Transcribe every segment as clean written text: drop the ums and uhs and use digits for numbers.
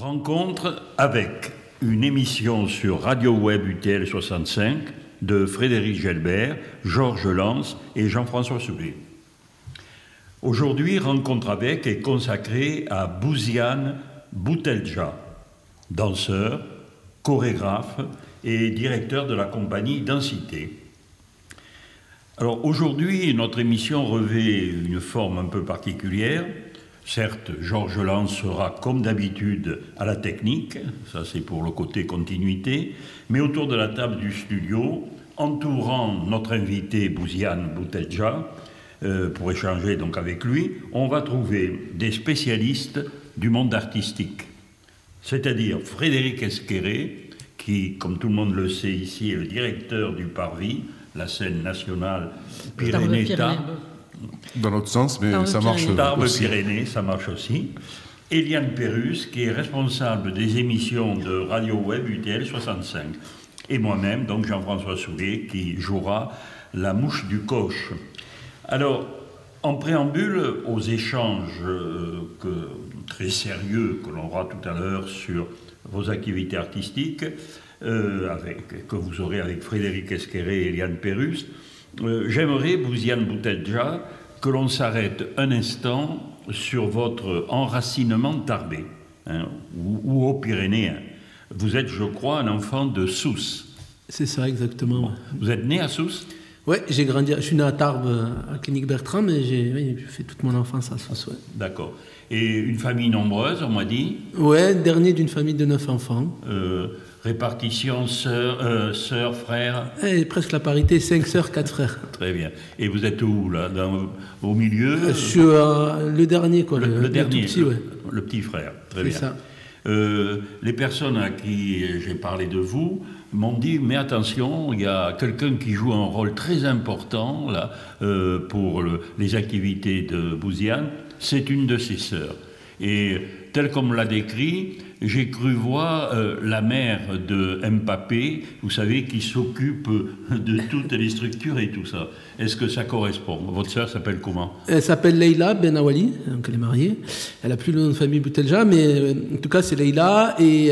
Rencontre avec une émission sur Radio Web UTL 65 de Frédéric Gelbert, Georges Lance et Jean-François Soulet. Aujourd'hui, Rencontre avec est consacrée à Bouziane Bouteldja, danseur, chorégraphe et directeur de la compagnie Densité. Alors aujourd'hui, notre émission revêt une forme un peu particulière. Certes, Georges Lance sera comme d'habitude à la technique, ça c'est pour le côté continuité, mais autour de la table du studio, entourant notre invité Bouziane Bouteldja, pour échanger donc avec lui, on va trouver des spécialistes du monde artistique, c'est-à-dire Frédéric Esqueré, qui, comme tout le monde le sait ici, est le directeur du Parvis, la scène nationale Pyrénées-Tarbes. Dans l'autre sens, mais ça marche aussi. Tarbes-Pyrénées, ça marche aussi. Eliane Perrus, qui est responsable des émissions de Radio Web UTL 65. Et moi-même, donc Jean-François Soulet, qui jouera la mouche du coche. Alors, en préambule aux échanges très sérieux que l'on aura tout à l'heure sur vos activités artistiques, que vous aurez avec Frédéric Esqueré et Eliane Perrus, j'aimerais, Bouziane Bouteldja, que l'on s'arrête un instant sur votre enracinement tarbais, ou aux Pyrénéens. Vous êtes, je crois, un enfant de Sousse. C'est ça, exactement. Vous êtes né à Sousse ? Oui, je suis né à Tarbes, à Clinique Bertrand, mais j'ai fait toute mon enfance à Sousse. Ouais. D'accord. Et une famille nombreuse, on m'a dit ? Oui, dernier d'une famille de 9 enfants. Répartition sœurs, frères ? Presque la parité, 5 sœurs, 4 frères. Très bien. Et vous êtes où, là ? Au milieu ? Je suis le dernier, quoi. Le dernier, tout petit, ouais. Le petit frère. Très bien. C'est ça. Les personnes à qui j'ai parlé de vous m'ont dit, mais attention, il y a quelqu'un qui joue un rôle très important là, pour les activités de Bouziane, c'est une de ses sœurs. Et tel qu'on me l'a décrit, j'ai cru voir la mère de Mbappé, vous savez, qui s'occupe de toutes les structures et tout ça. Est-ce que ça correspond ? Votre sœur s'appelle comment ? Elle s'appelle Leïla Ben Awali, donc elle est mariée. Elle n'a plus le nom de famille Bouteldja, mais en tout cas c'est Leïla. Et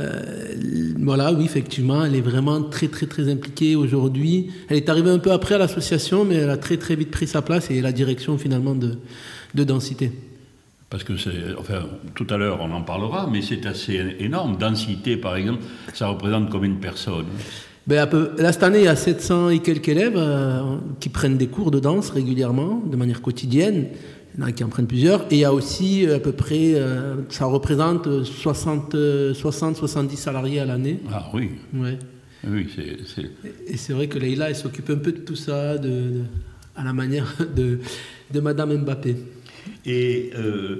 voilà, oui, effectivement, elle est vraiment très très très impliquée aujourd'hui. Elle est arrivée un peu après à l'association, mais elle a très très vite pris sa place et est la direction finalement de Densité. Parce que tout à l'heure on en parlera, mais c'est assez énorme. Densité, par exemple, ça représente combien de personnes ? Là, cette année, il y a 700 et quelques élèves qui prennent des cours de danse régulièrement, de manière quotidienne. Il y en a qui en prennent plusieurs. Et il y a aussi à peu près, ça représente 60-70 salariés à l'année. Ah oui. Ouais. Oui, Et c'est vrai que Leïla, elle s'occupe un peu de tout ça, à la manière de Madame Mbappé. Et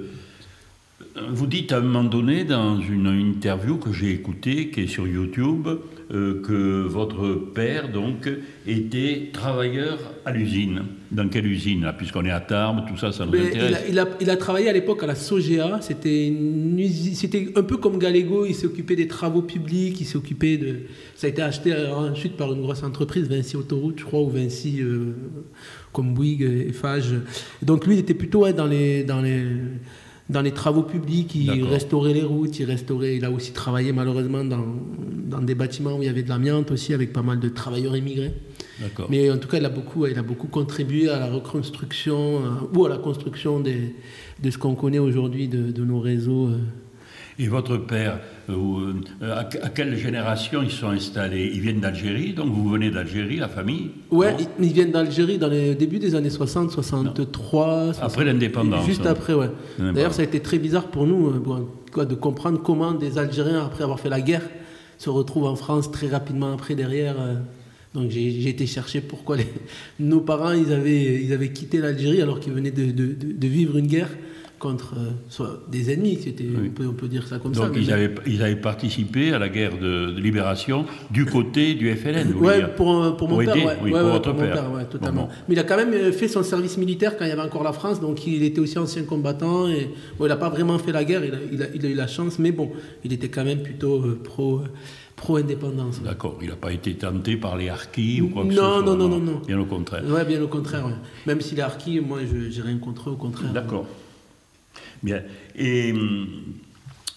vous dites à un moment donné, dans une interview que j'ai écoutée, qui est sur YouTube, que votre père, donc, était travailleur à l'usine. Dans quelle usine, là, puisqu'on est à Tarbes, tout ça, ça nous intéresse. Il a travaillé à l'époque à la Sogea. C'était un peu comme Gallego. Il s'occupait des travaux publics, ça a été acheté ensuite par une grosse entreprise, Vinci Autoroute, je crois, ou Vinci, comme Bouygues et Fage. Donc lui, il était plutôt dans les travaux publics, il restaurait les routes, il a aussi travaillé malheureusement dans des bâtiments où il y avait de l'amiante aussi, avec pas mal de travailleurs immigrés. D'accord. Mais en tout cas, il a beaucoup contribué à la reconstruction ou à la construction de ce qu'on connaît aujourd'hui de nos réseaux. Et votre père, à quelle génération ils sont installés ? Ils viennent d'Algérie, donc vous venez d'Algérie, la famille ? Oui, ils viennent d'Algérie dans les débuts des années 60, 63. Après l'indépendance. Juste après, ouais. D'ailleurs, ça a été très bizarre pour nous de comprendre comment des Algériens, après avoir fait la guerre, se retrouvent en France très rapidement après, derrière. Donc j'ai été chercher pourquoi nos parents ils avaient quitté l'Algérie alors qu'ils venaient de vivre une guerre contre des ennemis, on peut dire ça comme ça. Donc ils avaient participé à la guerre de libération du côté du FLN. Oui, pour mon père. Pour votre père. Totalement. Bon. Mais il a quand même fait son service militaire quand il y avait encore la France, donc il était aussi ancien combattant. Et, il n'a pas vraiment fait la guerre, il a eu la chance, mais bon, il était quand même plutôt pro-indépendance. D'accord, il n'a pas été tenté par les harkis ou quoi que ce soit. Non. Bien au contraire. Oui, bien au contraire. Ouais. Même si les harkis, moi, je n'ai rien contre eux, au contraire. D'accord. Bien. Et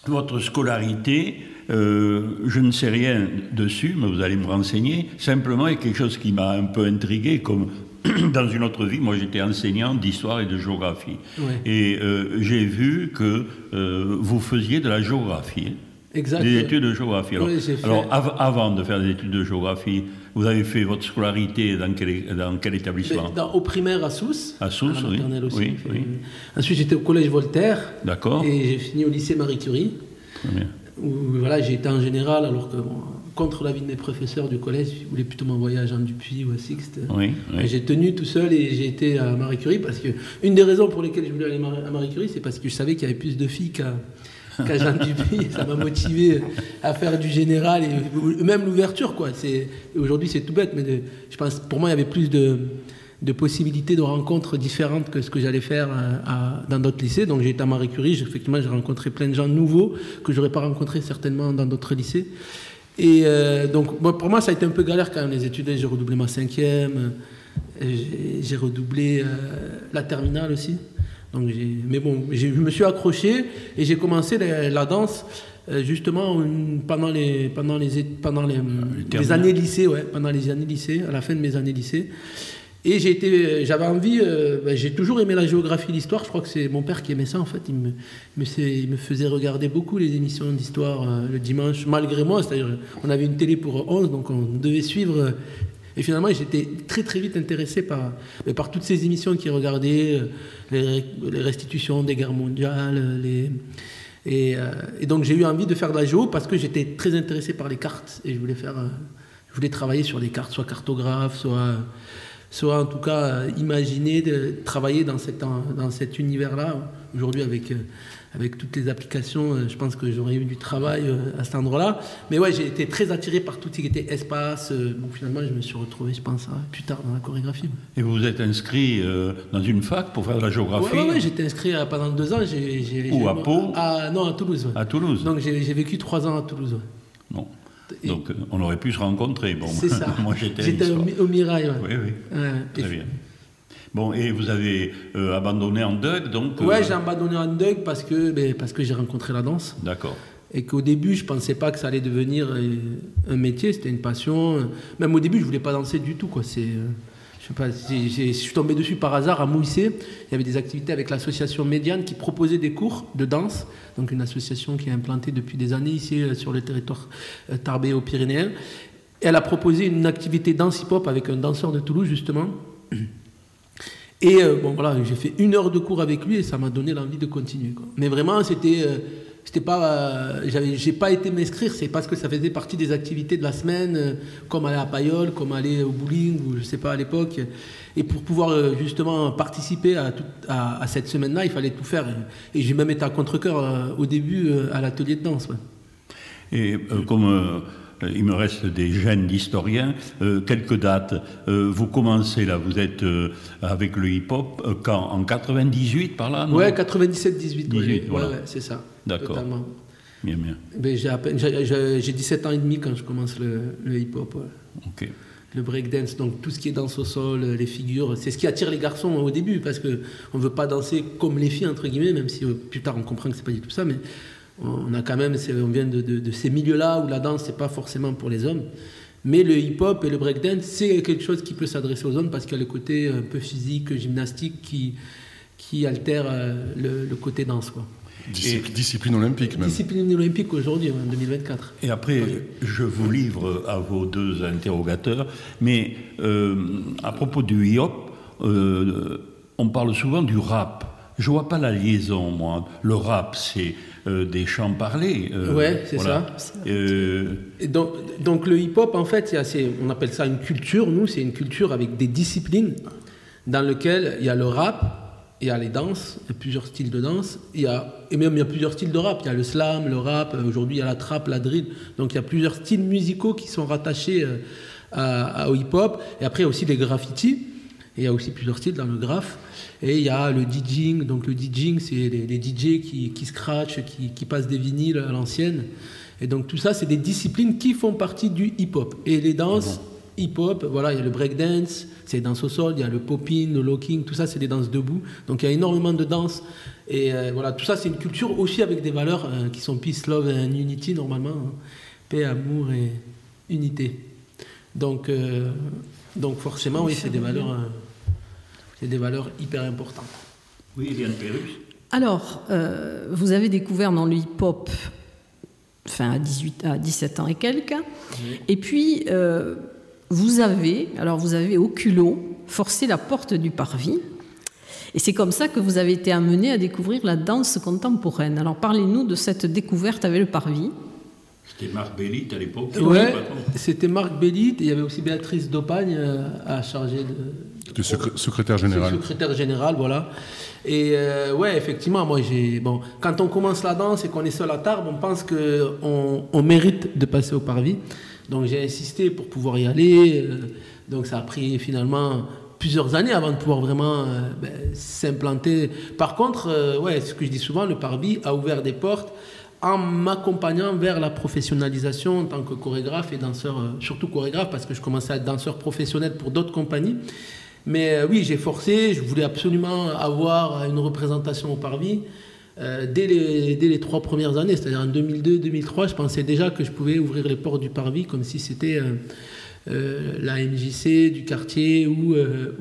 votre scolarité, je ne sais rien dessus, mais vous allez me renseigner. Simplement, il y a quelque chose qui m'a un peu intrigué, comme dans une autre vie, moi j'étais enseignant d'histoire et de géographie. Ouais. Et j'ai vu que vous faisiez de la géographie. Exact. Des études de géographie. Alors, oui, avant de faire des études de géographie, vous avez fait votre scolarité dans quel établissement? Au primaire à Sousse. À Sousse, à la maternelle aussi. Oui, oui. Ensuite, j'étais au collège Voltaire. D'accord. Et j'ai fini au lycée Marie Curie. Très bien. Où voilà, j'ai été en général, alors que contre l'avis de mes professeurs du collège, ils voulaient plutôt m'envoyer à Jean Dupuis ou à Sixte. Oui, oui. J'ai tenu tout seul et j'ai été à Marie Curie parce que une des raisons pour lesquelles je voulais aller à Marie Curie, c'est parce que je savais qu'il y avait plus de filles qu'à Jean Dupuis. Ça m'a motivé à faire du général et même l'ouverture, quoi. Aujourd'hui, c'est tout bête, mais je pense pour moi, il y avait plus de possibilités de rencontres différentes que ce que j'allais faire dans d'autres lycées. Donc j'ai été à Marie Curie, effectivement j'ai rencontré plein de gens nouveaux que je n'aurais pas rencontrés certainement dans d'autres lycées. Et donc pour moi ça a été un peu galère quand même les études. J'ai redoublé ma 5e, j'ai redoublé la terminale aussi. Donc mais bon, je me suis accroché et j'ai commencé la danse justement pendant les années lycée, pendant les années lycée, à la fin de mes années lycée. Et j'avais envie, j'ai toujours aimé la géographie, l'histoire. Je crois que c'est mon père qui aimait ça en fait. Il me faisait regarder beaucoup les émissions d'histoire le dimanche, malgré moi. C'est-à-dire, on avait une télé pour 11, donc on devait suivre. Et finalement, j'étais très très vite intéressé par toutes ces émissions qu'il regardait, les restitutions des guerres mondiales, et donc j'ai eu envie de faire de la géo parce que j'étais très intéressé par les cartes et je voulais travailler sur les cartes, soit cartographe, soit en tout cas imaginer de travailler dans cet univers-là. Aujourd'hui, avec toutes les applications, je pense que j'aurais eu du travail à cet endroit-là. Mais ouais, j'ai été très attiré par tout ce qui était espace. Bon, finalement, je me suis retrouvé, je pense, plus tard dans la chorégraphie. Et vous vous êtes inscrit dans une fac pour faire de la géographie? Oui, j'étais inscrit pendant 2 ans. Où, à Pau? Non, à Toulouse. À Toulouse. Donc j'ai vécu 3 ans à Toulouse. Bon. Donc on aurait pu se rencontrer. Bon, c'est ça. Moi j'étais au Mirail. Ouais. Oui. Très bien. Bon, et vous avez abandonné en Dug, donc j'ai abandonné en Dug parce que j'ai rencontré la danse. D'accord. Et qu'au début, je pensais pas que ça allait devenir un métier, c'était une passion. Même au début, je voulais pas danser du tout, quoi. Je sais pas, je suis tombé dessus par hasard à Mouissé. Il y avait des activités avec l'association Médiane qui proposait des cours de danse. Donc une association qui est implantée depuis des années ici sur le territoire tarbais aux Pyrénéens. Et elle a proposé une activité danse hip-hop avec un danseur de Toulouse, justement. Et j'ai fait 1 heure de cours avec lui et ça m'a donné l'envie de continuer, quoi. Mais vraiment, c'était pas, j'ai pas été m'inscrire, c'est parce que ça faisait partie des activités de la semaine, comme aller à Payolle, comme aller au bowling, ou je sais pas à l'époque. Et pour pouvoir justement participer à cette semaine-là, il fallait tout faire. Et j'ai même été à contre-cœur au début à l'atelier de danse. Ouais. Et comme il me reste des gènes d'historien, quelques dates. Vous commencez là, vous êtes avec le hip-hop quand? En 98 par là, non? Ouais, 97-18. Voilà. Ouais, c'est ça. D'accord. Totalement. Bien. Ben, j'ai 17 ans et demi quand je commence le hip-hop. Ouais. Ok. Le breakdance, donc tout ce qui est danse au sol, les figures, c'est ce qui attire les garçons au début, parce qu'on ne veut pas danser comme les filles, entre guillemets, même si plus tard on comprend que c'est pas du tout ça, mais on a quand même, on vient de ces milieux-là où la danse, c'est pas forcément pour les hommes. Mais le hip-hop et le breakdance, c'est quelque chose qui peut s'adresser aux hommes parce qu'il y a le côté un peu physique, gymnastique qui altère le côté danse, quoi. Discipline olympique même. Discipline olympique aujourd'hui, en 2024. Et après, je vous livre à vos 2 interrogateurs, mais à propos du hip-hop, on parle souvent du rap. Je vois pas la liaison, moi. Le rap, c'est des chants parlés. C'est ça. Et donc le hip-hop, en fait, on appelle ça une culture. Nous, c'est une culture avec des disciplines dans lesquelles il y a le rap, il y a les danses, il y a plusieurs styles de danse, et même il y a plusieurs styles de rap. Il y a le slam, le rap, aujourd'hui il y a la trap, la drill. Donc il y a plusieurs styles musicaux qui sont rattachés au hip-hop. Et après, il y a aussi les graffitis. Et il y a aussi plusieurs styles dans le graphe. Et il y a le DJing. Donc le DJing, c'est les DJ qui scratchent, qui passent des vinyles à l'ancienne. Et donc tout ça, c'est des disciplines qui font partie du hip-hop. Et les danses hip-hop, voilà, il y a le breakdance, c'est les danses au sol, il y a le popping, le locking, tout ça c'est des danses debout. Donc il y a énormément de danses. Et voilà, tout ça c'est une culture aussi avec des valeurs qui sont peace, love and unity normalement. Hein. Paix, amour et unité. Donc forcément, oui, c'est des valeurs hyper importantes. Oui, Eliane Pérus. Alors, vous avez découvert dans le hip-hop à 17 ans et quelques. Oui. Et puis, vous avez au culot forcé la porte du parvis. Et c'est comme ça que vous avez été amené à découvrir la danse contemporaine. Alors, parlez-nous de cette découverte avec le parvis. C'était Marc Bellit à l'époque. Oui, c'était Marc Bellit. Et il y avait aussi Béatrice Dopagne à charger de secrétaire général. Secrétaire général, voilà. Et ouais, effectivement, moi, quand on commence la danse et qu'on est seul à Tarbes, on pense qu'on mérite de passer au parvis. Donc j'ai insisté pour pouvoir y aller. Donc ça a pris finalement plusieurs années avant de pouvoir vraiment s'implanter. Par contre, ce que je dis souvent, le parvis a ouvert des portes en m'accompagnant vers la professionnalisation en tant que chorégraphe et danseur, surtout chorégraphe, parce que je commençais à être danseur professionnel pour d'autres compagnies. Mais oui, j'ai forcé, je voulais absolument avoir une représentation au parvis. Dès les 3 premières années, c'est-à-dire en 2002-2003, je pensais déjà que je pouvais ouvrir les portes du parvis comme si c'était la MJC du quartier ou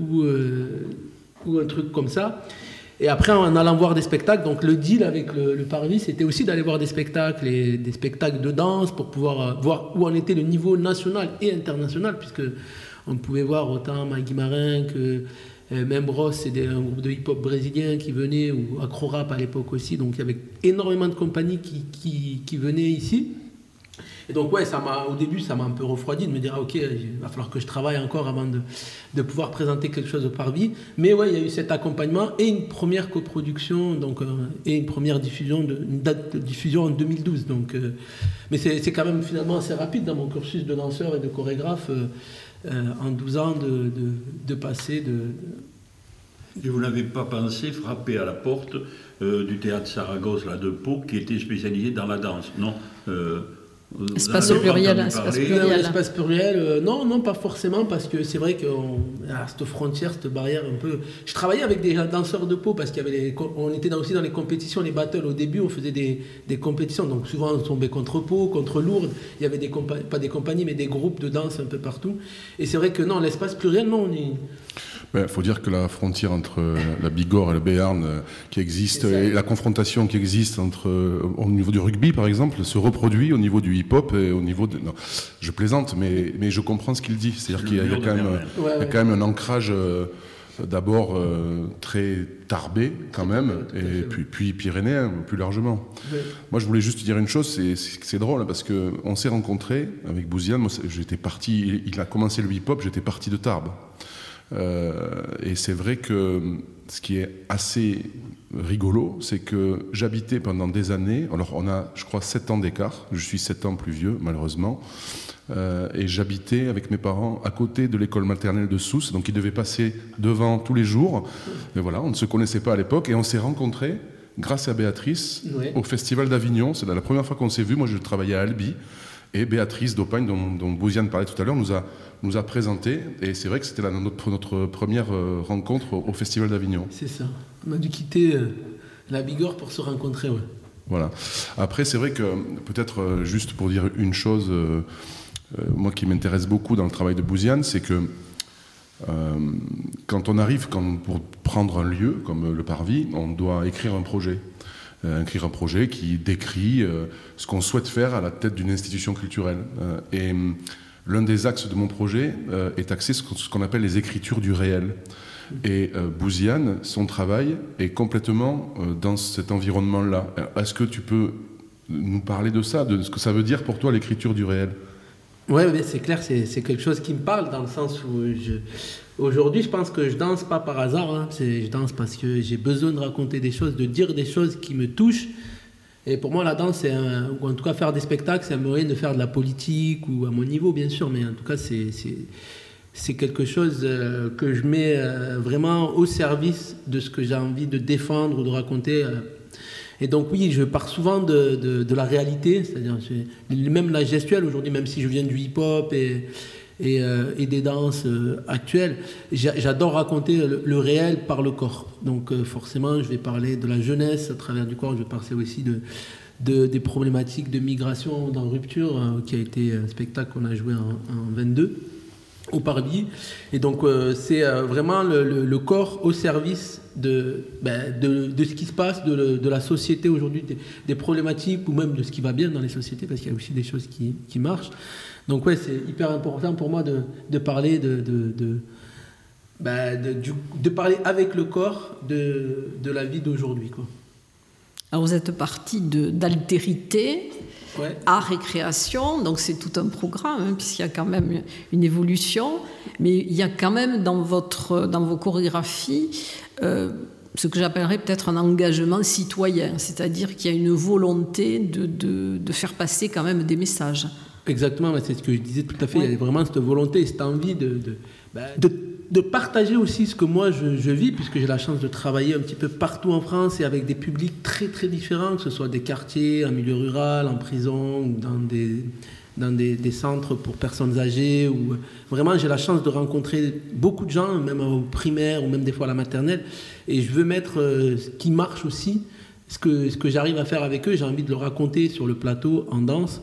un truc comme ça. Et après, en allant voir des spectacles, donc le deal avec le parvis, c'était aussi d'aller voir des spectacles de danse pour pouvoir voir où en était le niveau national et international, puisque on pouvait voir autant Maggie Marin que même Ross, c'est un groupe de hip-hop brésilien qui venait, ou Acro-Rap à l'époque aussi, donc il y avait énormément de compagnies qui venaient ici. Et donc ouais, au début, ça m'a un peu refroidi de me dire, ok, il va falloir que je travaille encore avant de pouvoir présenter quelque chose au parvis. Mais ouais, il y a eu cet accompagnement et une première coproduction, et une première diffusion, une date de diffusion en 2012. Donc, mais c'est quand même finalement assez rapide dans mon cursus de danseur et de chorégraphe, en 12 ans de passer de... Et vous n'avez pas pensé frapper à la porte du théâtre Saragosse de Pau, qui était spécialisé dans la danse, non Espace pluriel. Espace pluriel, non, pas forcément, parce que c'est vrai qu'on a cette frontière, cette barrière un peu... Je travaillais avec des danseurs de Pau, parce qu'on était aussi dans les compétitions, les battles. Au début, on faisait des compétitions, donc souvent on tombait contre Pau, contre Lourdes. Il y avait pas des compagnies, mais des groupes de danse un peu partout. Et c'est vrai que non, l'espace pluriel, non, on est... Il faut dire que la frontière entre la Bigorre et le Béarn qui existe, et la confrontation qui existe au niveau du rugby, par exemple, se reproduit au niveau du hip-hop et au niveau de... Non, je plaisante, mais je comprends ce qu'il dit. C'est-à-dire qu'il y a quand même un ancrage d'abord très tarbé quand même, et puis pyrénéen plus largement. Ouais. Moi, je voulais juste dire une chose, c'est drôle, parce qu'on s'est rencontrés avec Bouziane. Moi, j'étais parti, il a commencé le hip-hop, j'étais parti de Tarbes. Et c'est vrai que ce qui est assez rigolo, c'est que j'habitais pendant des années, alors on a je crois 7 ans d'écart, je suis 7 ans plus vieux malheureusement, et j'habitais avec mes parents à côté de l'école maternelle de Sousse, donc ils devaient passer devant tous les jours, mais voilà, on ne se connaissait pas à l'époque, et on s'est rencontrés grâce à Béatrice au Festival d'Avignon. C'est la première fois qu'on s'est vus. Moi je travaillais à Albi, et Béatrice Dopagne, dont Bouziane parlait tout à l'heure, nous a présenté, et c'est vrai que c'était notre première rencontre au Festival d'Avignon. C'est ça. On a dû quitter la Bigorre pour se rencontrer, ouais. Voilà. Après, c'est vrai que, peut-être juste pour dire une chose, moi qui m'intéresse beaucoup dans le travail de Bouziane, c'est que quand on arrive, pour prendre un lieu comme le Parvis, on doit écrire un projet. Écrire un projet qui décrit ce qu'on souhaite faire à la tête d'une institution culturelle. Et l'un des axes de mon projet est axé sur ce qu'on appelle les écritures du réel. Et Bouziane, son travail est complètement dans cet environnement-là. Est-ce que tu peux nous parler de ça, de ce que ça veut dire pour toi l'écriture du réel ? Oui, c'est clair, c'est quelque chose qui me parle, dans le sens où aujourd'hui, je pense que je danse pas par hasard, hein. Je danse parce que j'ai besoin de raconter des choses, de dire des choses qui me touchent. Et pour moi, la danse, ou en tout cas faire des spectacles, c'est un moyen de faire de la politique, ou à mon niveau, bien sûr, mais en tout cas, c'est quelque chose que je mets vraiment au service de ce que j'ai envie de défendre ou de raconter. Et donc oui, je pars souvent de la réalité, c'est-à-dire même la gestuelle aujourd'hui, même si je viens du hip-hop et des danses actuelles. J'adore raconter le réel par le corps. Donc forcément, je vais parler de la jeunesse à travers du corps. Je vais parler aussi des problématiques de migration dans Rupture, qui a été un spectacle qu'on a joué en 22 au Parvis. Et donc c'est vraiment le corps au service de ce qui se passe, de la société aujourd'hui, des problématiques ou même de ce qui va bien dans les sociétés, parce qu'il y a aussi des choses qui marchent. Donc ouais, c'est hyper important pour moi de parler de parler avec le corps de la vie d'aujourd'hui, quoi. Alors vous êtes parti d'altérité, ouais, art et création, donc c'est tout un programme, puisqu'il y a quand même une évolution, mais il y a quand même dans vos chorégraphies ce que j'appellerais peut-être un engagement citoyen, c'est-à-dire qu'il y a une volonté de faire passer quand même des messages. Exactement, c'est ce que je disais tout à fait. Ouais. Il y a vraiment cette volonté, cette envie de partager aussi ce que moi je vis, puisque j'ai la chance de travailler un petit peu partout en France et avec des publics très très différents, que ce soit des quartiers, en milieu rural, en prison ou dans des centres pour personnes âgées. Ou vraiment, j'ai la chance de rencontrer beaucoup de gens, même au primaire ou même des fois à la maternelle. Et je veux mettre ce qui marche aussi, ce que j'arrive à faire avec eux. J'ai envie de le raconter sur le plateau en danse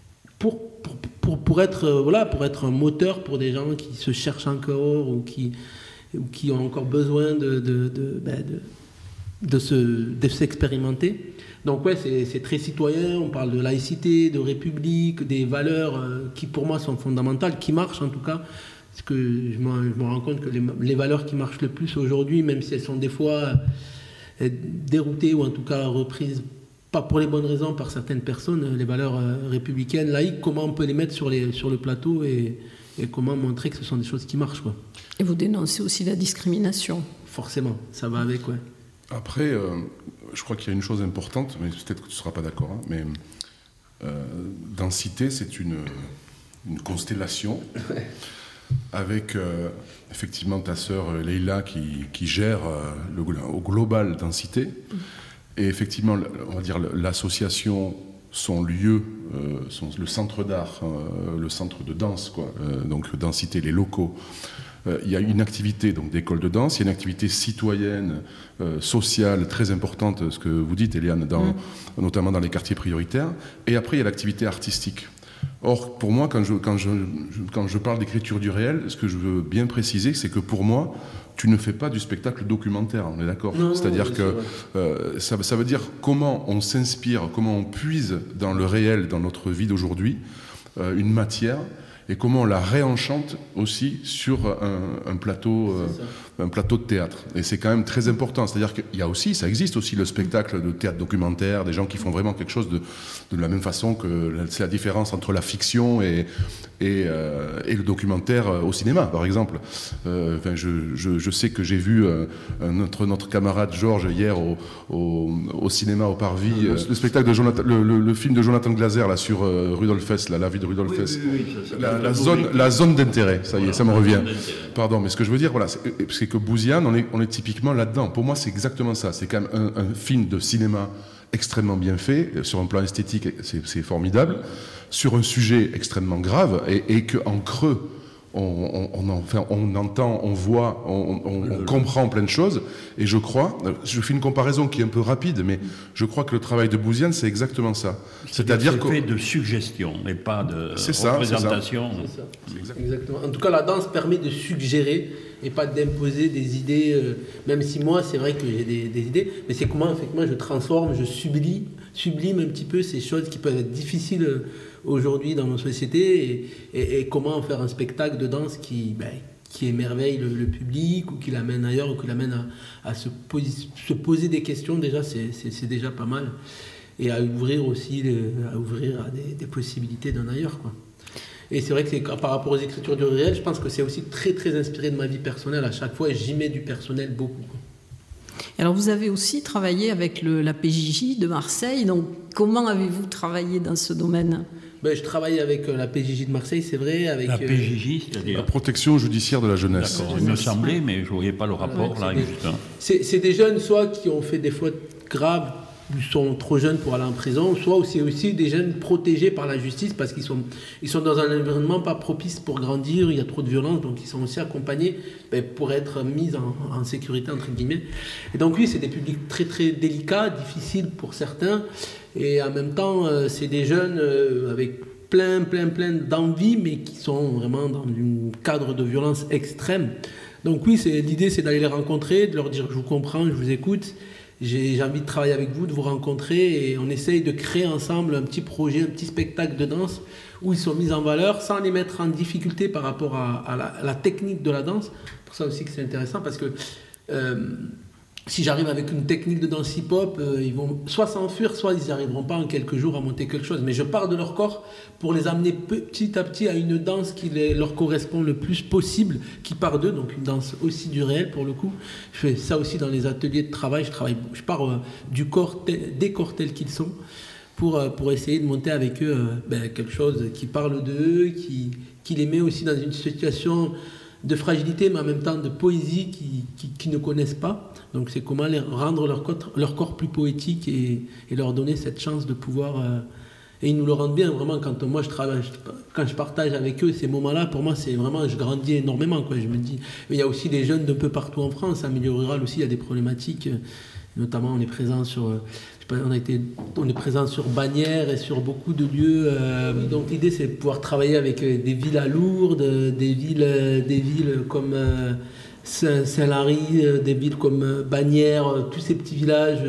pour être un moteur pour des gens qui se cherchent encore ou qui ont encore besoin de s'expérimenter. Donc ouais, c'est très citoyen, on parle de laïcité, de république, des valeurs qui pour moi sont fondamentales, qui marchent en tout cas, parce que je me rends compte que les valeurs qui marchent le plus aujourd'hui, même si elles sont des fois déroutées ou en tout cas reprises pas pour les bonnes raisons par certaines personnes, les valeurs républicaines, laïques, comment on peut les mettre sur le plateau et comment montrer que ce sont des choses qui marchent, quoi. Et vous dénoncez aussi la discrimination. Forcément, ça va avec, ouais. Après, je crois qu'il y a une chose importante, mais peut-être que tu ne seras pas d'accord, hein, mais densité, c'est une constellation avec effectivement ta sœur Leïla qui gère au global densité. Et effectivement, on va dire l'association, son lieu, le centre d'art, le centre de danse, quoi, donc densité, les locaux. Il y a une activité donc d'école de danse, il y a une activité citoyenne, sociale très importante, ce que vous dites, Eliane, notamment dans les quartiers prioritaires. Et après, il y a l'activité artistique. Or, pour moi, quand je parle d'écriture du réel, ce que je veux bien préciser, c'est que pour moi, tu ne fais pas du spectacle documentaire, on est d'accord ? C'est-à-dire que ça veut dire comment on s'inspire, comment on puise dans le réel, dans notre vie d'aujourd'hui, une matière, et comment on la réenchante aussi sur un plateau de théâtre. Et c'est quand même très important. C'est-à-dire ça existe aussi le spectacle de théâtre documentaire, des gens qui font vraiment quelque chose de la même façon que c'est la différence entre la fiction et le documentaire au cinéma, par exemple. Je sais que j'ai vu notre camarade Georges hier au cinéma au Parvis, le spectacle de le film de Jonathan Glaser là sur Rudolf Hess, la vie de Rudolf Hess. La zone d'intérêt, ça y est, ça me revient. Pardon, mais ce que je veux dire, voilà, c'est que Bouziane, on est typiquement là-dedans. Pour moi, c'est exactement ça. C'est quand même un film de cinéma extrêmement bien fait, sur un plan esthétique, c'est formidable, sur un sujet extrêmement grave, et qu'en creux, on entend, on voit, on comprend plein de choses. Et je fais une comparaison qui est un peu rapide, mais je crois que le travail de Bouziane, c'est exactement ça. C'est-à-dire fait de suggestion, mais pas de représentation. C'est ça. Exactement. En tout cas, la danse permet de suggérer et pas d'imposer des idées, même si moi, c'est vrai que j'ai des idées, mais c'est comment, effectivement, je transforme, je sublime un petit peu ces choses qui peuvent être difficiles aujourd'hui dans nos sociétés et comment faire un spectacle de danse qui émerveille le public ou qui l'amène ailleurs ou qui l'amène à se poser des questions. Déjà, c'est déjà pas mal. Et à ouvrir aussi à des possibilités d'un ailleurs, quoi. Et c'est vrai que par rapport aux écritures du réel, je pense que c'est aussi très très inspiré de ma vie personnelle. À chaque fois, j'y mets du personnel beaucoup, quoi. Alors vous avez aussi travaillé avec la PJJ de Marseille, donc comment avez-vous travaillé dans ce domaine ? Je travaille avec la PJJ de Marseille, c'est vrai. Avec, la PJJ, c'est-à-dire la protection judiciaire de la jeunesse. D'accord, il me semblait, mais je ne voyais pas le rapport là. C'est des jeunes soit qui ont fait des fautes graves sont trop jeunes pour aller en prison, soit c'est aussi des jeunes protégés par la justice parce qu'ils sont dans un environnement pas propice pour grandir, il y a trop de violence, donc ils sont aussi accompagnés pour être mis en sécurité, entre guillemets. Et donc oui, c'est des publics très très délicats, difficiles pour certains, et en même temps, c'est des jeunes avec plein d'envie, mais qui sont vraiment dans un cadre de violence extrême. Donc oui, l'idée c'est d'aller les rencontrer, de leur dire je vous comprends, je vous écoute, j'ai envie de travailler avec vous, de vous rencontrer, et on essaye de créer ensemble un petit projet, un petit spectacle de danse où ils sont mis en valeur sans les mettre en difficulté par rapport à la technique de la danse. Pour ça aussi que c'est intéressant, parce que si j'arrive avec une technique de danse hip-hop, ils vont soit s'enfuir, soit ils n'y arriveront pas en quelques jours à monter quelque chose. Mais je pars de leur corps pour les amener petit à petit à une danse qui leur correspond le plus possible, qui part d'eux, donc une danse aussi du réel pour le coup. Je fais ça aussi dans les ateliers de travail. Je pars du corps, des corps tels qu'ils sont, pour essayer de monter avec eux quelque chose qui parle d'eux, qui les met aussi dans une situation de fragilité, mais en même temps de poésie qui ne connaissent pas. Donc c'est comment rendre leur corps plus poétique et leur donner cette chance de pouvoir... et ils nous le rendent bien, vraiment, quand moi je travaille, quand je partage avec eux ces moments-là, pour moi c'est vraiment, je grandis énormément, quoi. Je me dis, mais il y a aussi des jeunes d'un peu partout en France, en milieu rural aussi, il y a des problématiques, notamment on est présent sur... On est présent sur Bagnères et sur beaucoup de lieux. Donc l'idée c'est de pouvoir travailler avec des villes à Lourdes, des villes comme Saint-Lary, des villes comme Bagnères, tous ces petits villages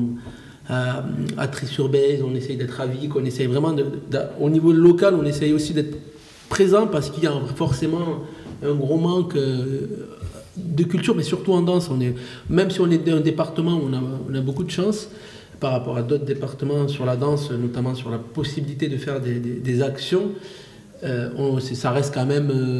à Tri-sur-Bèze. On essaye d'être à Vic, on essaye vraiment au niveau local, on essaye aussi d'être présent parce qu'il y a forcément un gros manque de culture, mais surtout en danse. Même si on est un département où on a beaucoup de chance par rapport à d'autres départements sur la danse, notamment sur la possibilité de faire des actions, ça reste quand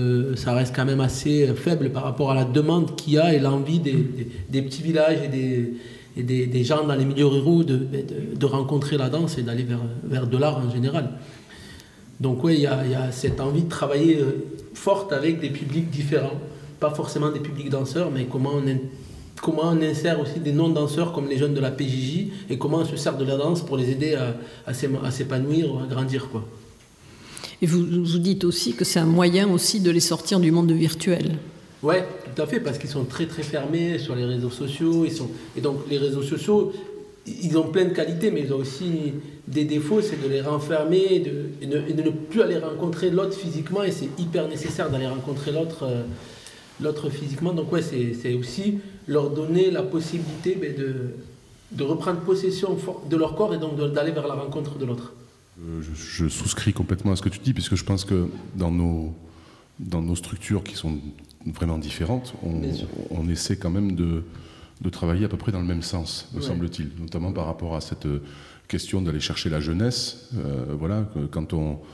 même assez faible par rapport à la demande qu'il y a et l'envie des petits villages et des gens dans les milieux ruraux de rencontrer la danse et d'aller vers de l'art en général. Donc oui, il y a cette envie de travailler forte avec des publics différents, pas forcément des publics danseurs, mais comment on insère aussi des non-danseurs comme les jeunes de la PJJ et comment on se sert de la danse pour les aider à s'épanouir ou à grandir, quoi. Et vous dites aussi que c'est un moyen aussi de les sortir du monde virtuel. Oui, tout à fait, parce qu'ils sont très très fermés sur les réseaux sociaux. Et donc les réseaux sociaux, ils ont plein de qualités, mais ils ont aussi des défauts, c'est de les renfermer et de ne plus aller rencontrer l'autre physiquement, et c'est hyper nécessaire d'aller rencontrer l'autre physiquement. Donc ouais, c'est aussi leur donner la possibilité de reprendre possession de leur corps et donc d'aller vers la rencontre de l'autre. Je souscris complètement à ce que tu dis, puisque je pense que dans nos structures qui sont vraiment différentes, on essaie quand même de travailler à peu près dans le même sens, me semble-t-il, notamment par rapport à cette question d'aller chercher la jeunesse. Voilà, quand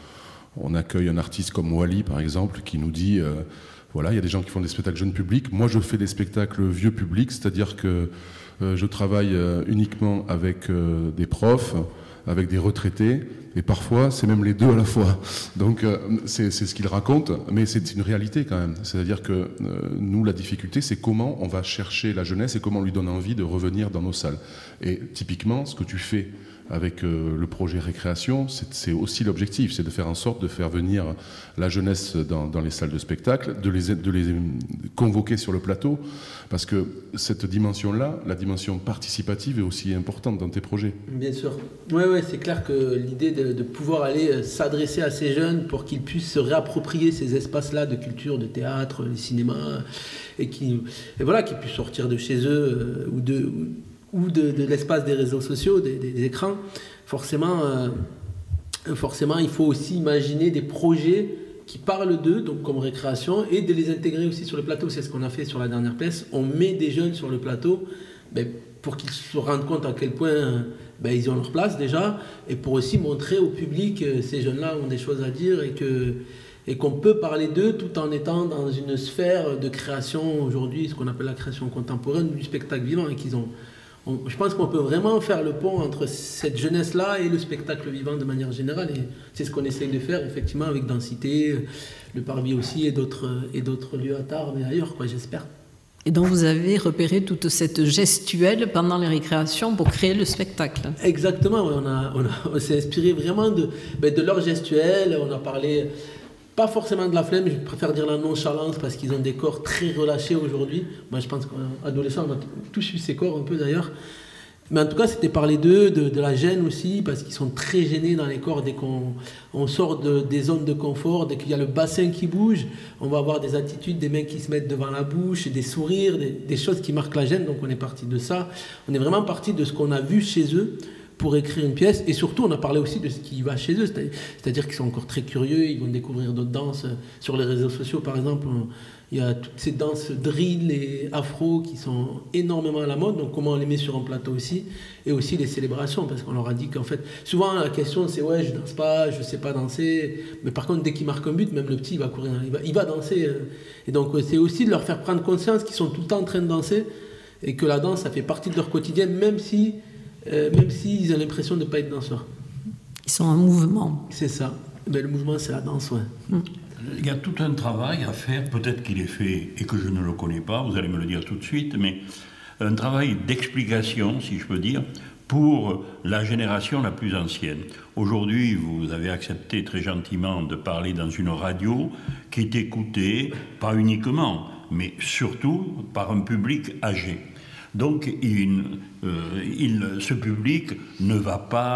on accueille un artiste comme Wally, par exemple, qui nous dit... Voilà, il y a des gens qui font des spectacles jeunes publics. Moi, je fais des spectacles vieux publics, c'est-à-dire que je travaille uniquement avec des profs, avec des retraités, et parfois, c'est même les deux à la fois. Donc, c'est ce qu'il raconte, mais c'est une réalité quand même. C'est-à-dire que nous, la difficulté, c'est comment on va chercher la jeunesse et comment on lui donne envie de revenir dans nos salles. Et typiquement, ce que tu fais avec le projet Récréation, c'est aussi l'objectif, c'est de faire en sorte de faire venir la jeunesse dans les salles de spectacle, de les convoquer sur le plateau, parce que cette dimension-là, la dimension participative, est aussi importante dans tes projets. Bien sûr. Oui, c'est clair que l'idée de pouvoir aller s'adresser à ces jeunes pour qu'ils puissent se réapproprier ces espaces-là de culture, de théâtre, de cinéma, et qu'ils puissent sortir de chez eux ou de l'espace des réseaux sociaux, des écrans, forcément, il faut aussi imaginer des projets qui parlent d'eux, donc comme Récréation, et de les intégrer aussi sur le plateau. C'est ce qu'on a fait sur la dernière pièce. On met des jeunes sur le plateau pour qu'ils se rendent compte à quel point ils ont leur place déjà, et pour aussi montrer au public ces jeunes-là ont des choses à dire et qu'on peut parler d'eux tout en étant dans une sphère de création aujourd'hui, ce qu'on appelle la création contemporaine, du spectacle vivant, et je pense qu'on peut vraiment faire le pont entre cette jeunesse-là et le spectacle vivant de manière générale. Et c'est ce qu'on essaye de faire, effectivement, avec Densité, le Parvis aussi, et d'autres lieux à Tarbes et ailleurs, j'espère. Et donc vous avez repéré toute cette gestuelle pendant les récréations pour créer le spectacle. Exactement, on s'est inspiré vraiment de leur gestuelle. On a parlé, pas forcément de la flemme, je préfère dire la nonchalance parce qu'ils ont des corps très relâchés aujourd'hui. Moi je pense qu'adolescents, on a tous eu ces corps un peu d'ailleurs. Mais en tout cas, c'était parler d'eux, de la gêne aussi, parce qu'ils sont très gênés dans les corps dès qu'on sort des zones de confort, dès qu'il y a le bassin qui bouge, on va avoir des attitudes, des mecs qui se mettent devant la bouche, des sourires, des choses qui marquent la gêne. Donc on est parti de ça. On est vraiment parti de ce qu'on a vu chez eux pour écrire une pièce. Et surtout, on a parlé aussi de ce qui va chez eux. C'est-à-dire qu'ils sont encore très curieux, ils vont découvrir d'autres danses. Sur les réseaux sociaux, par exemple, il y a toutes ces danses drill et afro qui sont énormément à la mode, donc comment on les met sur un plateau aussi, et aussi les célébrations, parce qu'on leur a dit qu'en fait, souvent la question c'est ouais, je danse pas, je sais pas danser, mais par contre dès qu'ils marquent un but, même le petit il va courir, il va danser, et donc c'est aussi de leur faire prendre conscience qu'ils sont tout le temps en train de danser, et que la danse ça fait partie de leur quotidien, même s'ils ont l'impression de ne pas être danseurs. Ils sont en mouvement. C'est ça, mais le mouvement c'est la danse, ouais. Il y a tout un travail à faire, peut-être qu'il est fait et que je ne le connais pas, vous allez me le dire tout de suite, mais un travail d'explication, si je peux dire, pour la génération la plus ancienne. Aujourd'hui, vous avez accepté très gentiment de parler dans une radio qui est écoutée, pas uniquement, mais surtout par un public âgé. Donc, ce public ne va pas,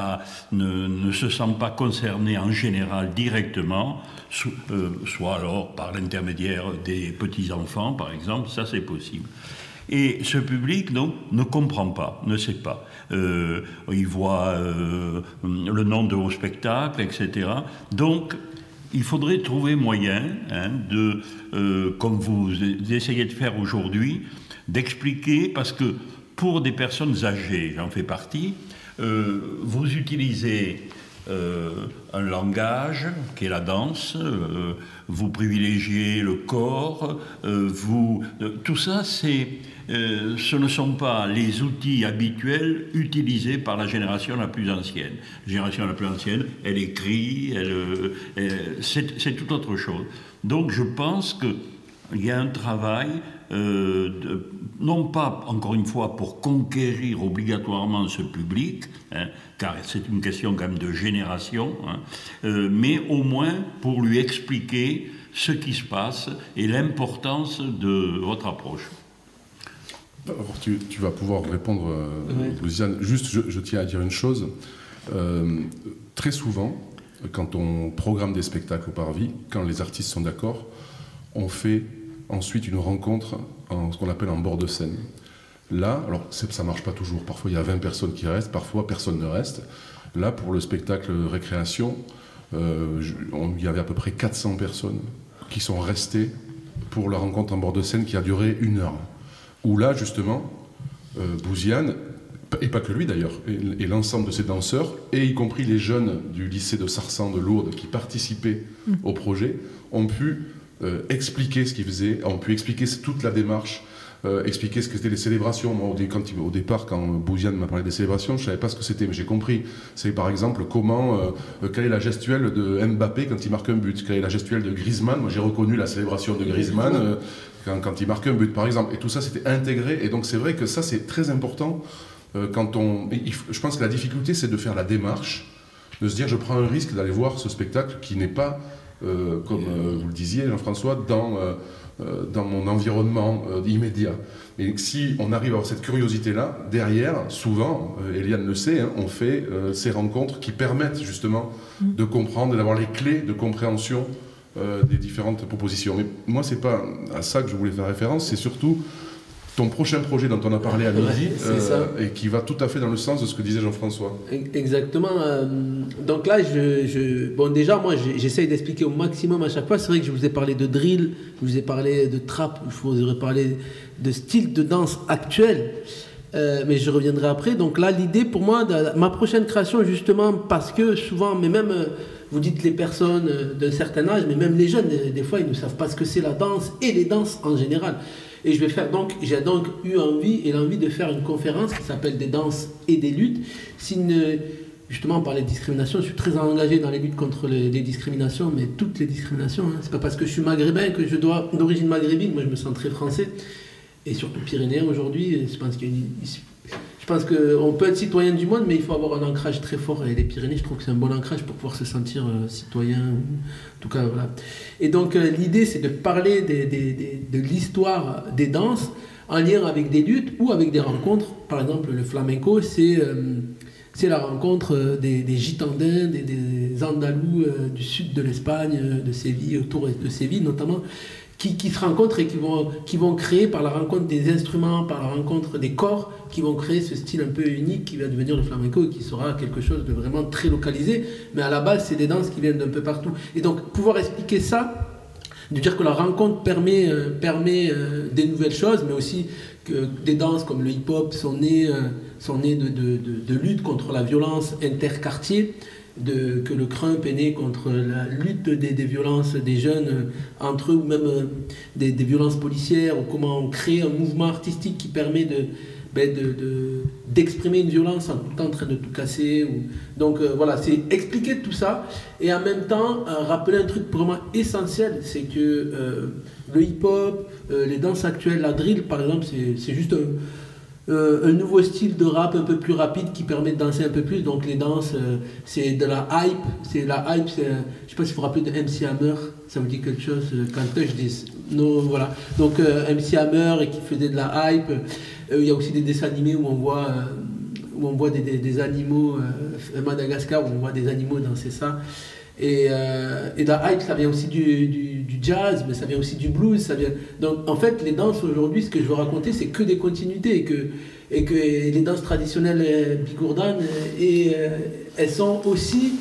ne se sent pas concerné en général directement, soit alors par l'intermédiaire des petits-enfants, par exemple, ça c'est possible. Et ce public, donc, ne comprend pas, ne sait pas. Il voit le nom de vos spectacles, etc. Donc, il faudrait trouver moyen, comme vous essayez de faire aujourd'hui, d'expliquer, parce que pour des personnes âgées, j'en fais partie, vous utilisez un langage qui est la danse, vous privilégiez le corps, tout ça, ce ne sont pas les outils habituels utilisés par la génération la plus ancienne. La génération la plus ancienne, elle écrit, c'est tout autre chose. Donc je pense qu'il y a un travail, non pas, encore une fois, pour conquérir obligatoirement ce public, car c'est une question quand même de génération, mais au moins pour lui expliquer ce qui se passe et l'importance de votre approche. Alors, tu vas pouvoir répondre, Louisiane. Juste, je tiens à dire une chose. Très souvent, quand on programme des spectacles au Parvis, quand les artistes sont d'accord, on fait ensuite une rencontre ce qu'on appelle en bord de scène. Là, alors ça ne marche pas toujours. Parfois, il y a 20 personnes qui restent, parfois, personne ne reste. Là, pour le spectacle Récréation, il y avait à peu près 400 personnes qui sont restées pour la rencontre en bord de scène qui a duré 1 heure. Où là, justement, Bouziane, et pas que lui d'ailleurs, et l'ensemble de ces danseurs, et y compris les jeunes du lycée de Sarsan de Lourdes qui participaient au projet, ont pu expliquer ce qu'ils faisaient, ont pu expliquer toute la démarche, expliquer ce que c'était les célébrations. Moi, au départ, quand Bouziane m'a parlé des célébrations, je ne savais pas ce que c'était, mais j'ai compris. C'est par exemple quelle est la gestuelle de Mbappé quand il marque un but, quelle est la gestuelle de Griezmann. Moi, j'ai reconnu la célébration de Griezmann quand il marque un but, par exemple. Et tout ça, c'était intégré. Et donc, c'est vrai que ça, c'est très important. Je pense que la difficulté, c'est de faire la démarche, de se dire, je prends un risque d'aller voir ce spectacle qui n'est pas, comme vous le disiez, Jean-François, dans mon environnement immédiat. Et si on arrive à avoir cette curiosité-là, derrière, souvent, Eliane le sait, on fait ces rencontres qui permettent justement de comprendre et d'avoir les clés de compréhension des différentes propositions. Mais moi, c'est pas à ça que je voulais faire référence, c'est surtout ton prochain projet dont on a parlé à midi, et qui va tout à fait dans le sens de ce que disait Jean-François. Exactement. Donc là, bon, déjà, moi, j'essaye d'expliquer au maximum à chaque fois. C'est vrai que je vous ai parlé de drill, je vous ai parlé de trap, je vous ai parlé de style de danse actuel, mais je reviendrai après. Donc là, l'idée pour moi, ma prochaine création, justement, parce que souvent, mais même, vous dites les personnes d'un certain âge, mais même les jeunes, des fois, ils ne savent pas ce que c'est la danse et les danses en général. Et j'ai donc eu l'envie de faire une conférence qui s'appelle Des danses et des luttes. Justement, on parlait de discrimination, je suis très engagé dans les luttes contre les discriminations, mais toutes les discriminations. C'est pas parce que je suis maghrébin que je dois, d'origine maghrébine, moi je me sens très français. et surtout pyrénéen aujourd'hui. Je pense qu'on peut être citoyen du monde, mais il faut avoir un ancrage très fort. Et les Pyrénées, je trouve que c'est un bon ancrage pour pouvoir se sentir citoyen. En tout cas, voilà. Et donc, l'idée, c'est de parler de l'histoire des danses en lien avec des luttes ou avec des rencontres. Par exemple, le flamenco, c'est la rencontre des Gitandins, des Andalous du sud de l'Espagne, de Séville, autour de Séville notamment, qui se rencontrent et qui vont créer par la rencontre des instruments, par la rencontre des corps, qui vont créer ce style un peu unique qui va devenir le flamenco et qui sera quelque chose de vraiment très localisé. Mais à la base, c'est des danses qui viennent d'un peu partout. Et donc, pouvoir expliquer ça, de dire que la rencontre permet des nouvelles choses, mais aussi que des danses comme le hip-hop sont nées de lutte contre la violence interquartier, que le crump est né contre la lutte des violences des jeunes entre eux, ou même des violences policières, ou comment on crée un mouvement artistique qui permet d'exprimer une violence en tout temps en train de tout casser. Donc voilà, c'est expliquer tout ça et en même temps rappeler un truc vraiment essentiel, c'est que le hip-hop, les danses actuelles, la drill par exemple, c'est juste un nouveau style de rap un peu plus rapide qui permet de danser un peu plus. Donc les danses, c'est de la hype. Je sais pas si vous vous rappelez de MC Hammer, ça vous dit quelque chose quand je dis non, voilà. Donc MC Hammer et qui faisait de la hype. Il y a aussi des dessins animés où on voit des animaux, Madagascar, où on voit des animaux danser ça. Et la hype, ça vient aussi du jazz, mais ça vient aussi du blues. Donc en fait, les danses aujourd'hui, ce que je veux raconter, c'est que des continuités. Et que les danses traditionnelles bigourdanes, elles sont aussi...